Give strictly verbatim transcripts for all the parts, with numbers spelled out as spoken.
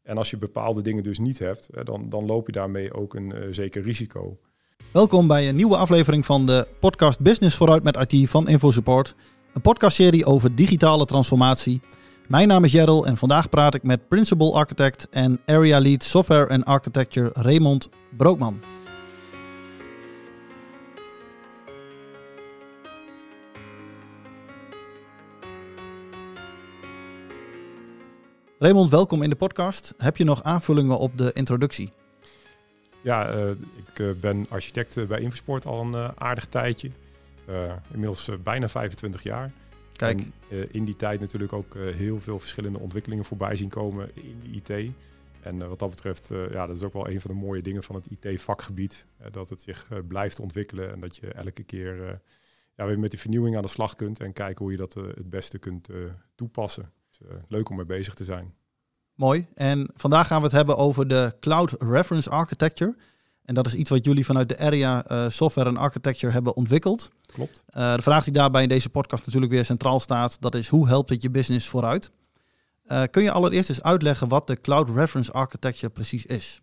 En als je bepaalde dingen dus niet hebt, hè, dan, dan loop je daarmee ook een uh, zeker risico. Welkom bij een nieuwe aflevering van de podcast Business vooruit met I T van InfoSupport. Een podcastserie over digitale transformatie. Mijn naam is Jerrel en vandaag praat ik met Principal Architect en Area Lead Software and Architecture Raymond Brookman. Raymond, welkom in de podcast. Heb je nog aanvullingen op de introductie? Ja, uh, ik uh, ben architect bij InfoSupport al een uh, aardig tijdje. Uh, inmiddels uh, bijna vijfentwintig jaar. Kijk. En uh, in die tijd natuurlijk ook uh, heel veel verschillende ontwikkelingen voorbij zien komen in de I T. En uh, wat dat betreft, uh, ja, dat is ook wel een van de mooie dingen van het I T-vakgebied. Uh, dat het zich uh, blijft ontwikkelen en dat je elke keer uh, ja, weer met die vernieuwing aan de slag kunt. En kijken hoe je dat uh, het beste kunt uh, toepassen. Dus, uh, leuk om mee bezig te zijn. Mooi. En vandaag gaan we het hebben over de Cloud Reference Architecture. En dat is iets wat jullie vanuit de Area uh, Software and Architecture hebben ontwikkeld. Klopt. Uh, de vraag die daarbij in deze podcast natuurlijk weer centraal staat, dat is: hoe helpt het je business vooruit? Uh, kun je allereerst eens uitleggen wat de Cloud Reference Architecture precies is?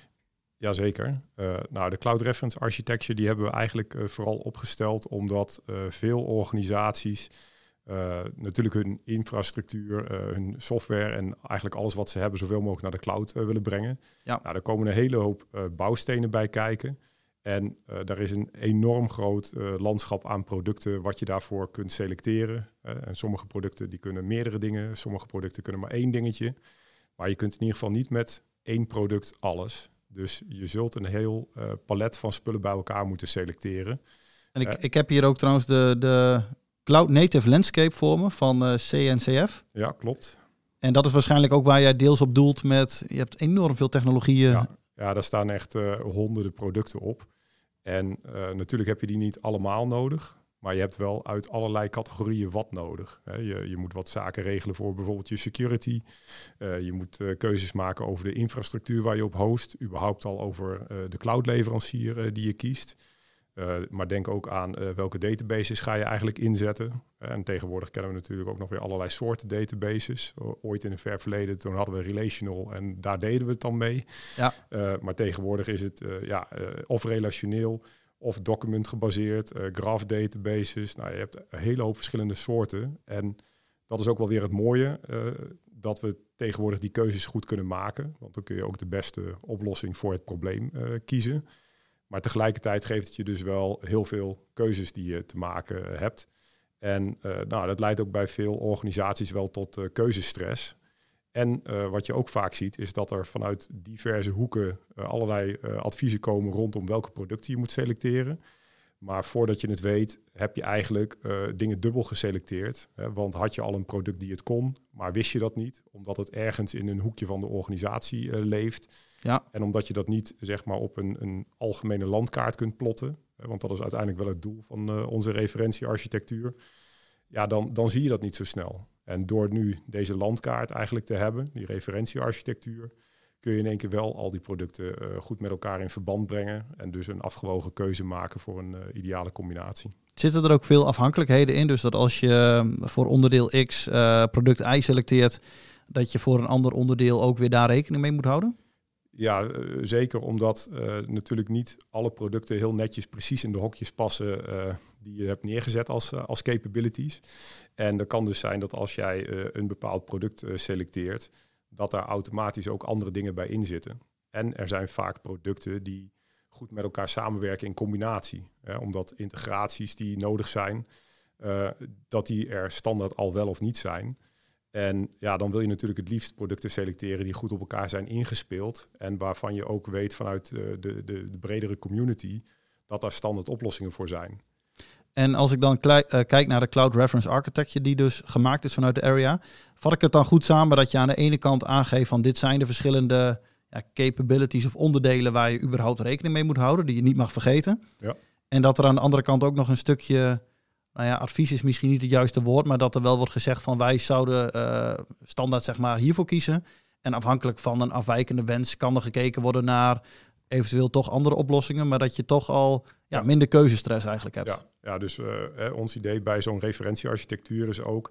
Jazeker. Uh, nou, de Cloud Reference Architecture die hebben we eigenlijk uh, vooral opgesteld omdat uh, veel organisaties Uh, natuurlijk hun infrastructuur, uh, hun software en eigenlijk alles wat ze hebben zoveel mogelijk naar de cloud uh, willen brengen. Ja. Nou, daar komen een hele hoop uh, bouwstenen bij kijken. En uh, daar is een enorm groot uh, landschap aan producten wat je daarvoor kunt selecteren. Uh, en sommige producten die kunnen meerdere dingen, sommige producten kunnen maar één dingetje. Maar je kunt in ieder geval niet met één product alles. Dus je zult een heel uh, palet van spullen bij elkaar moeten selecteren. En ik, uh, ik heb hier ook trouwens de... de... Cloud Native Landscape voor me van uh, C N C F. Ja, klopt. En dat is waarschijnlijk ook waar jij deels op doelt met... Je hebt enorm veel technologieën. Ja, ja daar staan echt uh, honderden producten op. En uh, natuurlijk heb je die niet allemaal nodig. Maar je hebt wel uit allerlei categorieën wat nodig. He, je, je moet wat zaken regelen voor bijvoorbeeld je security. Uh, je moet uh, keuzes maken over de infrastructuur waar je op host. Überhaupt al over uh, de cloudleverancier uh, die je kiest. Uh, maar denk ook aan uh, welke databases ga je eigenlijk inzetten. Uh, en tegenwoordig kennen we natuurlijk ook nog weer allerlei soorten databases. O- ooit in een ver verleden, toen hadden we relational en daar deden we het dan mee. Ja. Uh, maar tegenwoordig is het uh, ja, uh, of relationeel of document gebaseerd, uh, graph databases. Nou, je hebt een hele hoop verschillende soorten. En dat is ook wel weer het mooie, uh, dat we tegenwoordig die keuzes goed kunnen maken. Want dan kun je ook de beste oplossing voor het probleem uh, kiezen. Maar tegelijkertijd geeft het je dus wel heel veel keuzes die je te maken hebt. En uh, nou, dat leidt ook bij veel organisaties wel tot uh, keuzestress. En uh, wat je ook vaak ziet is dat er vanuit diverse hoeken uh, allerlei uh, adviezen komen rondom welke producten je moet selecteren. Maar voordat je het weet, heb je eigenlijk uh, dingen dubbel geselecteerd. Hè? Want had je al een product die het kon, maar wist je dat niet, omdat het ergens in een hoekje van de organisatie uh, leeft. Ja. En omdat je dat niet zeg maar, op een, een algemene landkaart kunt plotten, hè? Want dat is uiteindelijk wel het doel van uh, onze referentiearchitectuur. Ja, dan, dan zie je dat niet zo snel. En door nu deze landkaart eigenlijk te hebben, die referentiearchitectuur, kun je in één keer wel al die producten uh, goed met elkaar in verband brengen en dus een afgewogen keuze maken voor een uh, ideale combinatie. Zitten er ook veel afhankelijkheden in? Dus dat als je voor onderdeel X uh, product Y selecteert, dat je voor een ander onderdeel ook weer daar rekening mee moet houden? Ja, uh, zeker omdat uh, natuurlijk niet alle producten heel netjes precies in de hokjes passen uh, die je hebt neergezet als, uh, als capabilities. En dat kan dus zijn dat als jij uh, een bepaald product uh, selecteert, dat daar automatisch ook andere dingen bij in zitten. En er zijn vaak producten die goed met elkaar samenwerken in combinatie. Hè, omdat integraties die nodig zijn, uh, dat die er standaard al wel of niet zijn. En ja, dan wil je natuurlijk het liefst producten selecteren die goed op elkaar zijn ingespeeld. En waarvan je ook weet vanuit uh, de, de, de bredere community dat daar standaard oplossingen voor zijn. En als ik dan klei, uh, kijk naar de Cloud Reference Architecture die dus gemaakt is vanuit de Area, vat ik het dan goed samen dat je aan de ene kant aangeeft van dit zijn de verschillende ja, capabilities of onderdelen waar je überhaupt rekening mee moet houden, die je niet mag vergeten. Ja. En dat er aan de andere kant ook nog een stukje, nou ja, advies is misschien niet het juiste woord, maar dat er wel wordt gezegd van wij zouden uh, standaard zeg maar hiervoor kiezen. En afhankelijk van een afwijkende wens kan er gekeken worden naar eventueel toch andere oplossingen, maar dat je toch al ja, minder keuzestress eigenlijk hebt. Ja, ja dus uh, eh, ons idee bij zo'n referentiearchitectuur is ook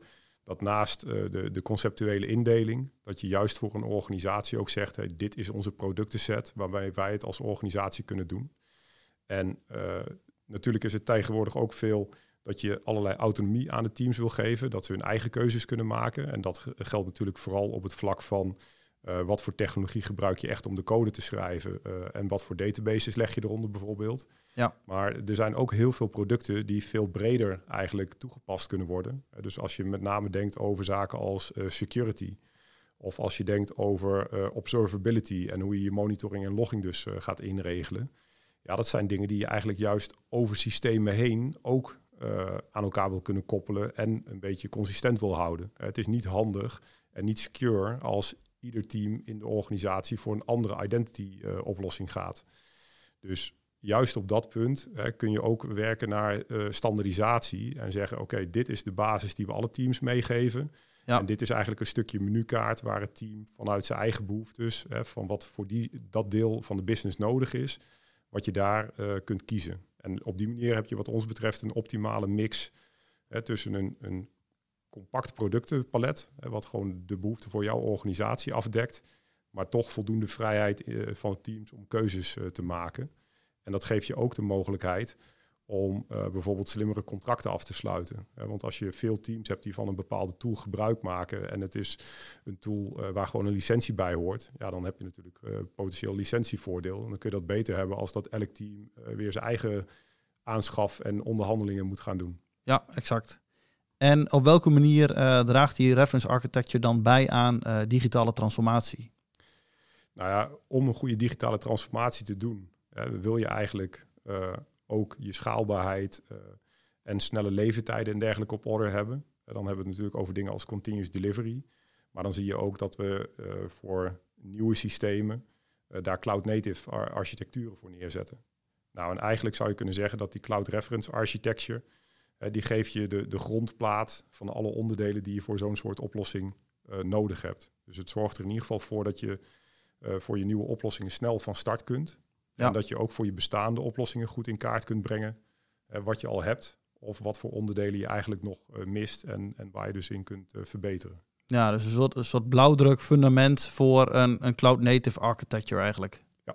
dat naast uh, de, de conceptuele indeling, dat je juist voor een organisatie ook zegt, hey, dit is onze productenset waarbij wij het als organisatie kunnen doen. En uh, natuurlijk is het tegenwoordig ook veel dat je allerlei autonomie aan de teams wil geven, dat ze hun eigen keuzes kunnen maken. En dat geldt natuurlijk vooral op het vlak van uh, wat voor technologie gebruik je echt om de code te schrijven uh, en wat voor databases leg je eronder bijvoorbeeld. Ja. Maar er zijn ook heel veel producten die veel breder eigenlijk toegepast kunnen worden. Uh, dus als je met name denkt over zaken als uh, security, of als je denkt over uh, observability en hoe je je monitoring en logging dus uh, gaat inregelen. Ja, dat zijn dingen die je eigenlijk juist over systemen heen ook uh, aan elkaar wil kunnen koppelen en een beetje consistent wil houden. Uh, het is niet handig en niet secure als ieder team in de organisatie voor een andere identity uh, oplossing gaat. Dus juist op dat punt uh, kun je ook werken naar uh, standaardisatie en zeggen, oké, okay, dit is de basis die we alle teams meegeven. Ja. En dit is eigenlijk een stukje menukaart waar het team vanuit zijn eigen behoeftes, hè, van wat voor die, dat deel van de business nodig is, wat je daar uh, kunt kiezen. En op die manier heb je wat ons betreft een optimale mix hè, tussen een, een compact productenpalet, hè, wat gewoon de behoeften voor jouw organisatie afdekt, maar toch voldoende vrijheid uh, van teams om keuzes uh, te maken. En dat geeft je ook de mogelijkheid om uh, bijvoorbeeld slimmere contracten af te sluiten. Uh, want als je veel teams hebt die van een bepaalde tool gebruik maken en het is een tool uh, waar gewoon een licentie bij hoort, ja, dan heb je natuurlijk uh, potentieel licentievoordeel. En dan kun je dat beter hebben als dat elk team uh, weer zijn eigen aanschaf en onderhandelingen moet gaan doen. Ja, exact. En op welke manier uh, draagt die reference architecture dan bij aan uh, digitale transformatie? Nou ja, om een goede digitale transformatie te doen, uh, wil je eigenlijk uh, ook je schaalbaarheid uh, en snelle leeftijden en dergelijke op orde hebben. Uh, dan hebben we het natuurlijk over dingen als continuous delivery. Maar dan zie je ook dat we uh, voor nieuwe systemen uh, daar cloud-native ar- architecturen voor neerzetten. Nou, en eigenlijk zou je kunnen zeggen dat die cloud reference architecture, uh, die geeft je de, de grondplaat van alle onderdelen die je voor zo'n soort oplossing uh, nodig hebt. Dus het zorgt er in ieder geval voor dat je uh, voor je nieuwe oplossingen snel van start kunt. Ja. En dat je ook voor je bestaande oplossingen goed in kaart kunt brengen uh, wat je al hebt of wat voor onderdelen je eigenlijk nog uh, mist en, en waar je dus in kunt uh, verbeteren. Ja, dus een soort, een soort blauwdruk fundament voor een, een cloud-native architecture eigenlijk. Ja.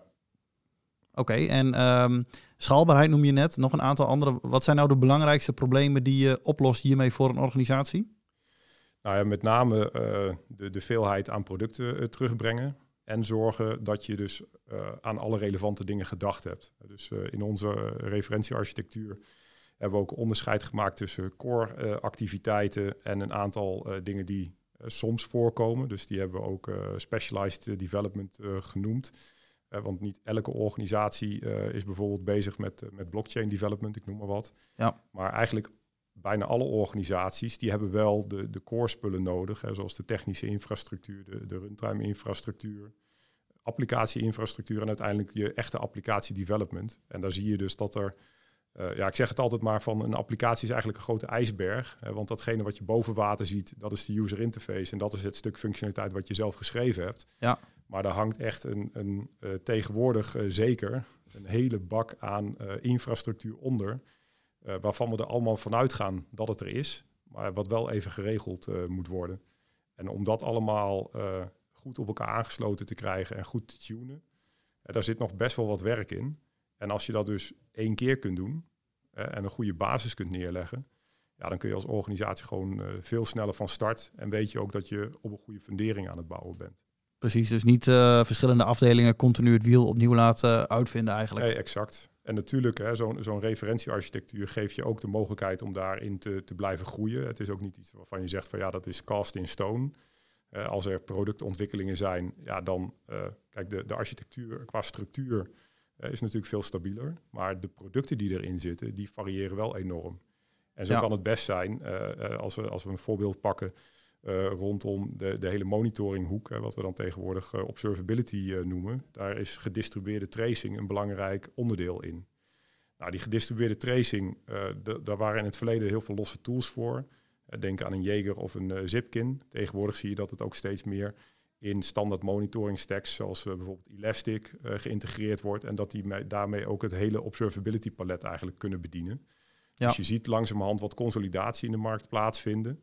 Oké, okay, en um, schaalbaarheid noem je net, nog een aantal andere. Wat zijn nou de belangrijkste problemen die je oplost hiermee voor een organisatie? Nou ja, met name uh, de, de veelheid aan producten uh, terugbrengen. En zorgen dat je dus uh, aan alle relevante dingen gedacht hebt. Dus uh, in onze uh, referentiearchitectuur hebben we ook onderscheid gemaakt tussen core uh, activiteiten en een aantal uh, dingen die uh, soms voorkomen. Dus die hebben we ook uh, specialized development uh, genoemd. Uh, want niet elke organisatie uh, is bijvoorbeeld bezig met, uh, met blockchain development, ik noem maar wat. Ja. Maar eigenlijk bijna alle organisaties die hebben wel de, de core spullen nodig, hè, zoals de technische infrastructuur, de, de runtime infrastructuur, applicatie-infrastructuur en uiteindelijk je echte applicatie-development. En daar zie je dus dat er, uh, ja, ik zeg het altijd maar van een applicatie is eigenlijk een grote ijsberg. Hè, want datgene wat je boven water ziet, dat is de user interface en dat is het stuk functionaliteit wat je zelf geschreven hebt. Ja. Maar daar hangt echt een, een uh, tegenwoordig uh, zeker een hele bak aan uh, infrastructuur onder, uh, waarvan we er allemaal vanuit gaan dat het er is, maar wat wel even geregeld uh, moet worden. En om dat allemaal uh, goed op elkaar aangesloten te krijgen en goed te tunen, uh, daar zit nog best wel wat werk in. En als je dat dus één keer kunt doen uh, en een goede basis kunt neerleggen, ja, dan kun je als organisatie gewoon uh, veel sneller van start en weet je ook dat je op een goede fundering aan het bouwen bent. Precies, dus niet uh, verschillende afdelingen continu het wiel opnieuw laten uitvinden eigenlijk. Nee, exact. En natuurlijk, hè, zo'n, zo'n referentiearchitectuur geeft je ook de mogelijkheid om daarin te, te blijven groeien. Het is ook niet iets waarvan je zegt van ja, dat is cast in stone. Uh, als er productontwikkelingen zijn, ja, dan uh, kijk, de, de architectuur qua structuur uh, is natuurlijk veel stabieler. Maar de producten die erin zitten, die variëren wel enorm. En zo ja. kan het best zijn, uh, uh, als, we, als we een voorbeeld pakken, Uh, rondom de, de hele monitoringhoek, hè, wat we dan tegenwoordig uh, observability uh, noemen. Daar is gedistribueerde tracing een belangrijk onderdeel in. Nou, die gedistribueerde tracing, uh, de, daar waren in het verleden heel veel losse tools voor. Uh, denk aan een Jaeger of een uh, Zipkin. Tegenwoordig zie je dat het ook steeds meer in standaard monitoring stacks, zoals uh, bijvoorbeeld Elastic, uh, geïntegreerd wordt. En dat die me- daarmee ook het hele observability palet eigenlijk kunnen bedienen. Ja. Dus je ziet langzamerhand wat consolidatie in de markt plaatsvinden.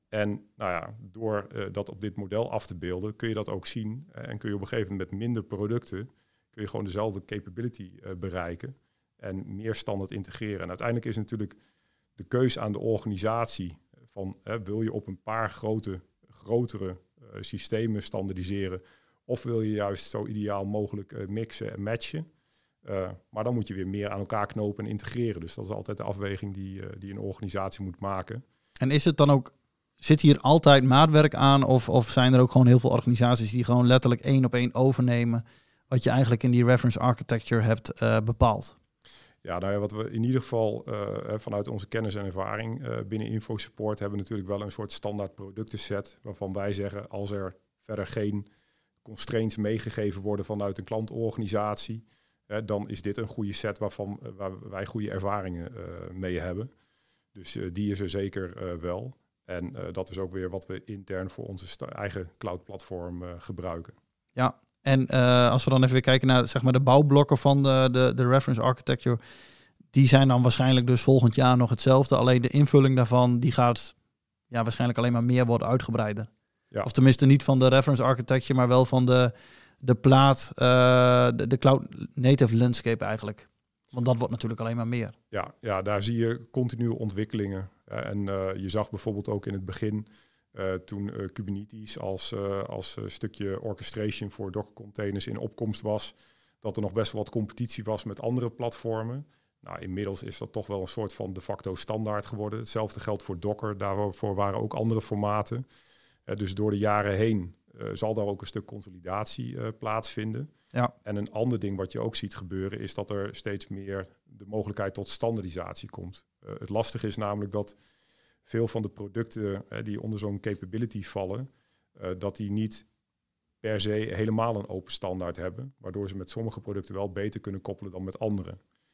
En nou ja, door uh, dat op dit model af te beelden, kun je dat ook zien. Uh, en kun je op een gegeven moment met minder producten, kun je gewoon dezelfde capability uh, bereiken. En meer standaard integreren. En uiteindelijk is natuurlijk de keus aan de organisatie van uh, wil je op een paar grote, grotere uh, systemen standaardiseren, of wil je juist zo ideaal mogelijk uh, mixen en matchen. Uh, maar dan moet je weer meer aan elkaar knopen en integreren. Dus dat is altijd de afweging die, uh, die een organisatie moet maken. En is het dan ook, zit hier altijd maatwerk aan? Of, of zijn er ook gewoon heel veel organisaties die gewoon letterlijk één op één overnemen wat je eigenlijk in die reference architecture hebt uh, bepaald? Ja, nou ja, wat we in ieder geval uh, vanuit onze kennis en ervaring uh, binnen InfoSupport hebben natuurlijk wel een soort standaard productenset waarvan wij zeggen als er verder geen constraints meegegeven worden vanuit een klantorganisatie, uh, dan is dit een goede set waarvan uh, waar wij goede ervaringen uh, mee hebben. Dus uh, die is er zeker uh, wel. En uh, dat is ook weer wat we intern voor onze sta- eigen cloud-platform uh, gebruiken. Ja, en uh, als we dan even weer kijken naar zeg maar, de bouwblokken van de, de, de reference architecture, die zijn dan waarschijnlijk dus volgend jaar nog hetzelfde. Alleen de invulling daarvan, die gaat ja, waarschijnlijk alleen maar meer worden uitgebreider. Ja. Of tenminste niet van de reference architecture, maar wel van de, de plaat, uh, de, de cloud native landscape eigenlijk. Want dat wordt natuurlijk alleen maar meer. Ja, ja, daar zie je continue ontwikkelingen. Uh, en uh, je zag bijvoorbeeld ook in het begin, uh, toen uh, Kubernetes als, uh, als uh, stukje orchestration voor Docker containers in opkomst was, dat er nog best wel wat competitie was met andere platformen. Nou, inmiddels is dat toch wel een soort van de facto standaard geworden. Hetzelfde geldt voor Docker, daarvoor waren ook andere formaten. Uh, dus door de jaren heen uh, zal daar ook een stuk consolidatie uh, plaatsvinden. Ja. En een ander ding wat je ook ziet gebeuren is dat er steeds meer de mogelijkheid tot standaardisatie komt. Uh, het lastige is namelijk dat veel van de producten uh, die onder zo'n capability vallen, uh, dat die niet per se helemaal een open standaard hebben, waardoor ze met sommige producten wel beter kunnen koppelen dan met andere.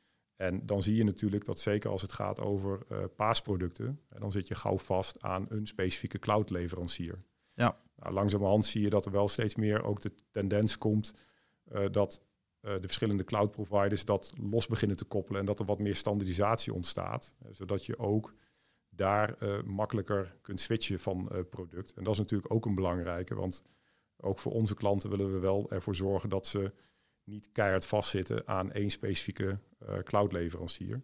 En dan zie je natuurlijk dat zeker als het gaat over uh, paasproducten, uh, dan zit je gauw vast aan een specifieke cloudleverancier. Ja. Nou, langzamerhand zie je dat er wel steeds meer ook de tendens komt uh, dat uh, de verschillende cloud providers dat los beginnen te koppelen en dat er wat meer standaardisatie ontstaat, uh, zodat je ook daar uh, makkelijker kunt switchen van uh, product. En dat is natuurlijk ook een belangrijke, want ook voor onze klanten willen we wel ervoor zorgen dat ze niet keihard vastzitten aan één specifieke uh, cloudleverancier.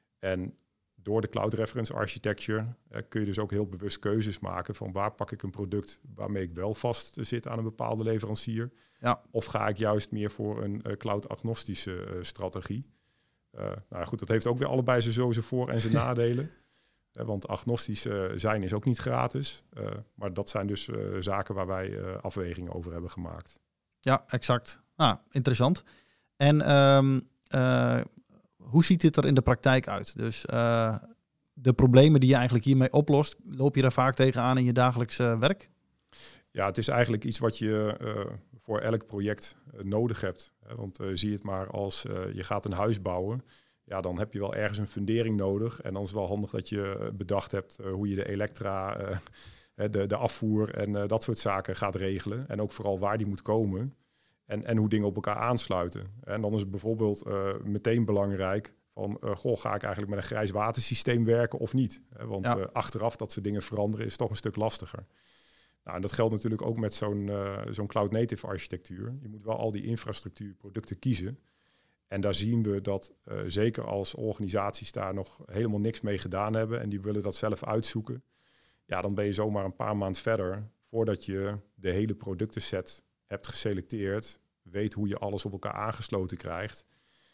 En door de Cloud Reference Architecture uh, kun je dus ook heel bewust keuzes maken van waar pak ik een product waarmee ik wel vast zit aan een bepaalde leverancier. Ja. Of ga ik juist meer voor een uh, cloud-agnostische uh, strategie. Uh, nou goed, dat heeft ook weer allebei zo zijn voor- en zijn nadelen. Uh, want agnostisch uh, zijn is ook niet gratis. Uh, maar dat zijn dus uh, zaken waar wij uh, afwegingen over hebben gemaakt. Ja, exact. Ah, interessant. En um, uh, hoe ziet dit er in de praktijk uit? Dus uh, de problemen die je eigenlijk hiermee oplost, loop je daar vaak tegenaan in je dagelijks uh, werk? Ja, het is eigenlijk iets wat je uh, voor elk project uh, nodig hebt. Hè? Want uh, zie het maar als uh, je gaat een huis bouwen, ja, dan heb je wel ergens een fundering nodig. En dan is het wel handig dat je bedacht hebt uh, hoe je de elektra, uh, de, de afvoer en uh, dat soort zaken gaat regelen. En ook vooral waar die moet komen. En, en hoe dingen op elkaar aansluiten. En dan is het bijvoorbeeld uh, meteen belangrijk van, uh, goh, ga ik eigenlijk met een grijs watersysteem werken of niet? Uh, want ja. uh, achteraf dat ze dingen veranderen is toch een stuk lastiger. Nou, en dat geldt natuurlijk ook met zo'n, uh, zo'n cloud native architectuur. Je moet wel al die infrastructuurproducten kiezen. En daar zien we dat uh, zeker als organisaties daar nog helemaal niks mee gedaan hebben en die willen dat zelf uitzoeken, ja, dan ben je zomaar een paar maanden verder voordat je de hele productenset hebt geselecteerd, weet hoe je alles op elkaar aangesloten krijgt.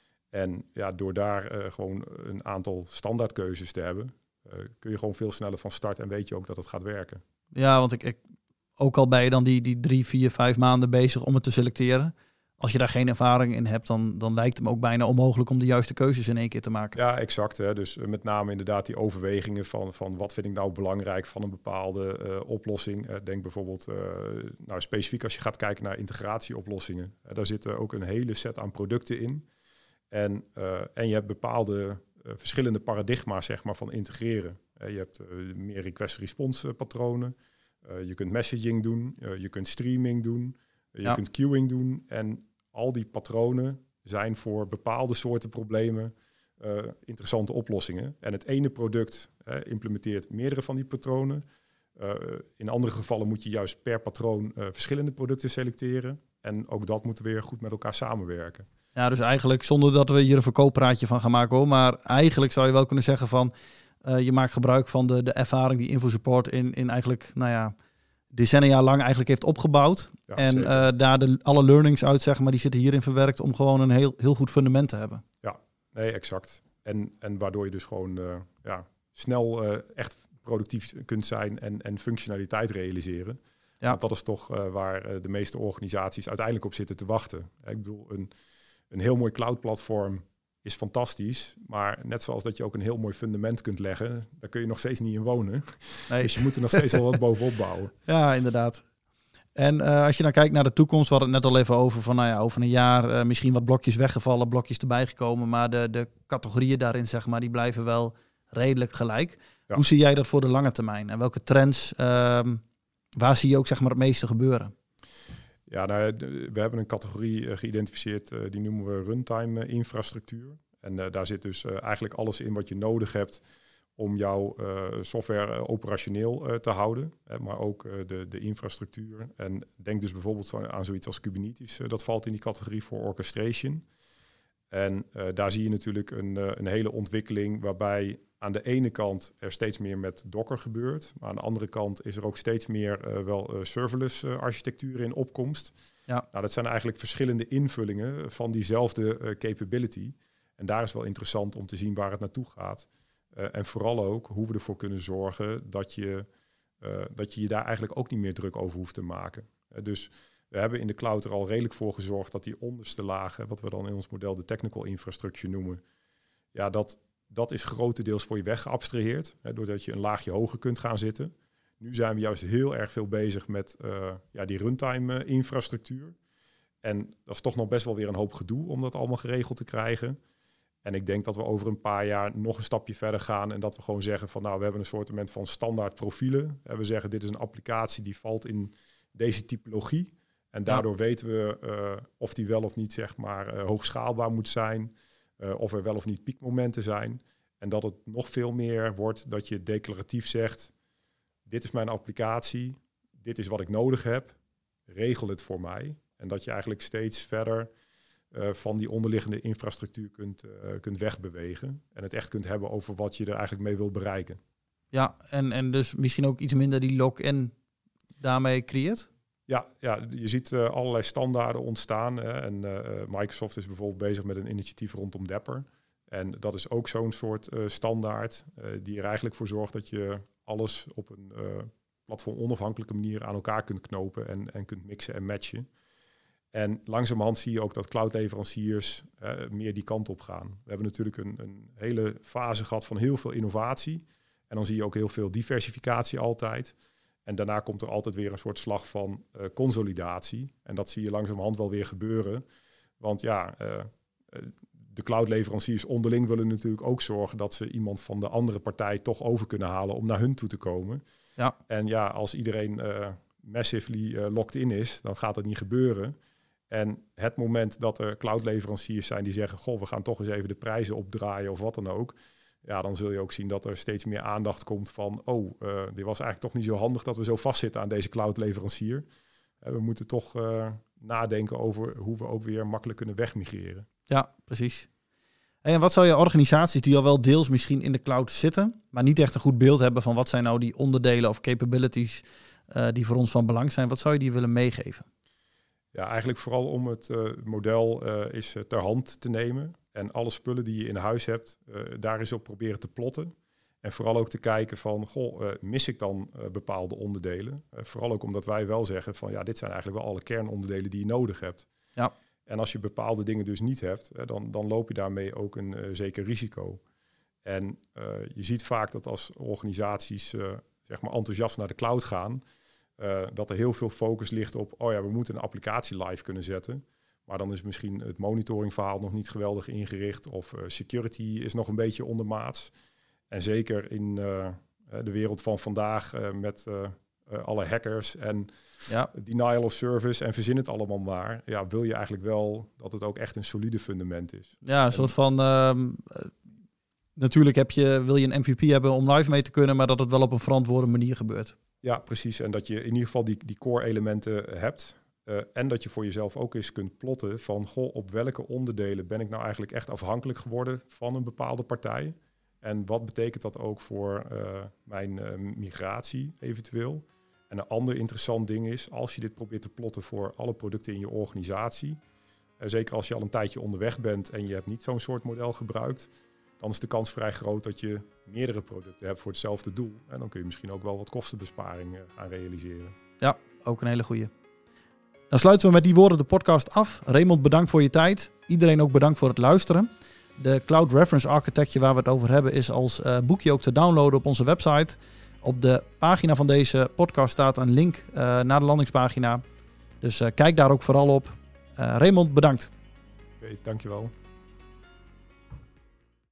En ja, door daar uh, gewoon een aantal standaardkeuzes te hebben, uh, kun je gewoon veel sneller van start en weet je ook dat het gaat werken. Ja, want ik, ik ook al ben je dan die, die drie, vier, vijf maanden bezig om het te selecteren. Als je daar geen ervaring in hebt, dan, dan lijkt het me ook bijna onmogelijk om de juiste keuzes in één keer te maken. Ja, exact. Hè. Dus met name inderdaad die overwegingen van, van wat vind ik nou belangrijk van een bepaalde uh, oplossing. Uh, denk bijvoorbeeld, uh, nou specifiek als je gaat kijken naar integratieoplossingen. Uh, daar zitten ook een hele set aan producten in. En, uh, en je hebt bepaalde uh, verschillende paradigma's zeg maar, van integreren. Uh, je hebt uh, meer request-response patronen. Uh, je kunt messaging doen, uh, je kunt streaming doen. Je ja. kunt queuing doen en al die patronen zijn voor bepaalde soorten problemen uh, interessante oplossingen. En het ene product uh, implementeert meerdere van die patronen. Uh, in andere gevallen moet je juist per patroon uh, verschillende producten selecteren. En ook dat moet weer goed met elkaar samenwerken. Ja, dus eigenlijk, zonder dat we hier een verkooppraatje van gaan maken hoor, maar eigenlijk zou je wel kunnen zeggen van, uh, je maakt gebruik van de, de ervaring die InfoSupport in, in eigenlijk, nou ja, decennia lang eigenlijk heeft opgebouwd. Ja, en uh, daar de, alle learnings uit, zeg maar, die zitten hierin verwerkt om gewoon een heel, heel goed fundament te hebben. Ja, nee, exact. En, en waardoor je dus gewoon uh, ja, snel uh, echt productief kunt zijn en, en functionaliteit realiseren. Ja. Want dat is toch uh, waar uh, de meeste organisaties uiteindelijk op zitten te wachten. Ik bedoel, een, een heel mooi cloud-platform is fantastisch, maar net zoals dat je ook een heel mooi fundament kunt leggen, daar kun je nog steeds niet in wonen. Nee. Dus je moet er nog steeds wel wat bovenop bouwen. Ja, inderdaad. En uh, als je dan kijkt naar de toekomst, we hadden het net al even over van, nou ja, over een jaar uh, misschien wat blokjes weggevallen, blokjes erbij gekomen, maar de, de categorieën daarin, zeg maar, die blijven wel redelijk gelijk. Ja. Hoe zie jij dat voor de lange termijn? En welke trends, uh, waar zie je ook, zeg maar, het meeste gebeuren? Ja, nou, we hebben een categorie uh, geïdentificeerd, uh, die noemen we runtime uh, infrastructuur. En uh, daar zit dus uh, eigenlijk alles in wat je nodig hebt om jouw uh, software uh, operationeel uh, te houden. Hè, maar ook uh, de, de infrastructuur. En denk dus bijvoorbeeld aan zoiets als Kubernetes. Uh, dat valt in die categorie voor orchestration. En uh, daar zie je natuurlijk een, uh, een hele ontwikkeling waarbij aan de ene kant er steeds meer met Docker gebeurt. Maar aan de andere kant is er ook steeds meer uh, wel uh, serverless uh, architectuur in opkomst. Ja. Nou, dat zijn eigenlijk verschillende invullingen van diezelfde uh, capability. En daar is wel interessant om te zien waar het naartoe gaat. Uh, en vooral ook hoe we ervoor kunnen zorgen dat je, uh, dat je je daar eigenlijk ook niet meer druk over hoeft te maken. Uh, dus we hebben in de cloud er al redelijk voor gezorgd dat die onderste lagen, wat we dan in ons model de technical infrastructure noemen, ja, dat, dat is grotendeels voor je weg geabstraheerd, hè, doordat je een laagje hoger kunt gaan zitten. Nu zijn we juist heel erg veel bezig met uh, ja, die runtime uh, infrastructuur. En dat is toch nog best wel weer een hoop gedoe om dat allemaal geregeld te krijgen. En ik denk dat we over een paar jaar nog een stapje verder gaan en dat we gewoon zeggen van, nou, we hebben een soort van standaard profielen. En we zeggen, dit is een applicatie die valt in deze typologie. En daardoor ja. weten we uh, of die wel of niet, zeg maar, uh, hoogschaalbaar moet zijn. Uh, of er wel of niet piekmomenten zijn. En dat het nog veel meer wordt dat je declaratief zegt, dit is mijn applicatie, dit is wat ik nodig heb, regel het voor mij. En dat je eigenlijk steeds verder uh, van die onderliggende infrastructuur kunt, uh, kunt wegbewegen. En het echt kunt hebben over wat je er eigenlijk mee wil bereiken. Ja, en, en dus misschien ook iets minder die lock-in daarmee creëert? Ja, ja, je ziet uh, allerlei standaarden ontstaan. Hè, en uh, Microsoft is bijvoorbeeld bezig met een initiatief rondom Dapper. En dat is ook zo'n soort uh, standaard uh, die er eigenlijk voor zorgt dat je alles op een uh, platform onafhankelijke manier aan elkaar kunt knopen en, en kunt mixen en matchen. En langzamerhand zie je ook dat cloudleveranciers uh, meer die kant op gaan. We hebben natuurlijk een, een hele fase gehad van heel veel innovatie. En dan zie je ook heel veel diversificatie altijd. En daarna komt er altijd weer een soort slag van uh, consolidatie. En dat zie je langzamerhand wel weer gebeuren. Want ja, uh, de cloudleveranciers onderling willen natuurlijk ook zorgen dat ze iemand van de andere partij toch over kunnen halen om naar hun toe te komen. Ja. En ja, als iedereen uh, massively uh, locked in is, dan gaat dat niet gebeuren. En het moment dat er cloudleveranciers zijn die zeggen, goh, we gaan toch eens even de prijzen opdraaien of wat dan ook. Ja, dan zul je ook zien dat er steeds meer aandacht komt van, oh, uh, dit was eigenlijk toch niet zo handig dat we zo vastzitten aan deze cloudleverancier. Uh, we moeten toch uh, nadenken over hoe we ook weer makkelijk kunnen wegmigreren. Ja, precies. En wat zou je organisaties die al wel deels misschien in de cloud zitten, maar niet echt een goed beeld hebben van wat zijn nou die onderdelen of capabilities uh, die voor ons van belang zijn, wat zou je die willen meegeven? Ja, eigenlijk vooral om het uh, model uh, is uh, ter hand te nemen. En alle spullen die je in huis hebt, uh, daar eens op proberen te plotten. En vooral ook te kijken van, goh, uh, mis ik dan uh, bepaalde onderdelen? Uh, vooral ook omdat wij wel zeggen van, ja, dit zijn eigenlijk wel alle kernonderdelen die je nodig hebt. Ja. En als je bepaalde dingen dus niet hebt, uh, dan, dan loop je daarmee ook een uh, zeker risico. En uh, je ziet vaak dat als organisaties uh, zeg maar enthousiast naar de cloud gaan, uh, dat er heel veel focus ligt op, oh ja, we moeten een applicatie live kunnen zetten. Maar dan is misschien het monitoringverhaal nog niet geweldig ingericht of uh, security is nog een beetje ondermaats. En zeker in uh, de wereld van vandaag uh, met uh, uh, alle hackers en ja. denial of service en verzin het allemaal maar. Ja, wil je eigenlijk wel dat het ook echt een solide fundament is. Ja, een soort van, uh, natuurlijk heb je, wil je een M V P hebben om live mee te kunnen, maar dat het wel op een verantwoorde manier gebeurt. Ja, precies. En dat je in ieder geval die, die core elementen hebt. Uh, en dat je voor jezelf ook eens kunt plotten van, goh, op welke onderdelen ben ik nou eigenlijk echt afhankelijk geworden van een bepaalde partij? En wat betekent dat ook voor uh, mijn uh, migratie eventueel? En een ander interessant ding is, als je dit probeert te plotten voor alle producten in je organisatie, uh, zeker als je al een tijdje onderweg bent en je hebt niet zo'n soort model gebruikt, dan is de kans vrij groot dat je meerdere producten hebt voor hetzelfde doel. En dan kun je misschien ook wel wat kostenbesparing uh, gaan realiseren. Ja, ook een hele goeie. Dan sluiten we met die woorden de podcast af. Raymond, bedankt voor je tijd. Iedereen ook bedankt voor het luisteren. De Cloud Reference Architecture waar we het over hebben is als uh, boekje ook te downloaden op onze website. Op de pagina van deze podcast staat een link uh, naar de landingspagina. Dus uh, kijk daar ook vooral op. Uh, Raymond, bedankt. Oké, okay, dankjewel.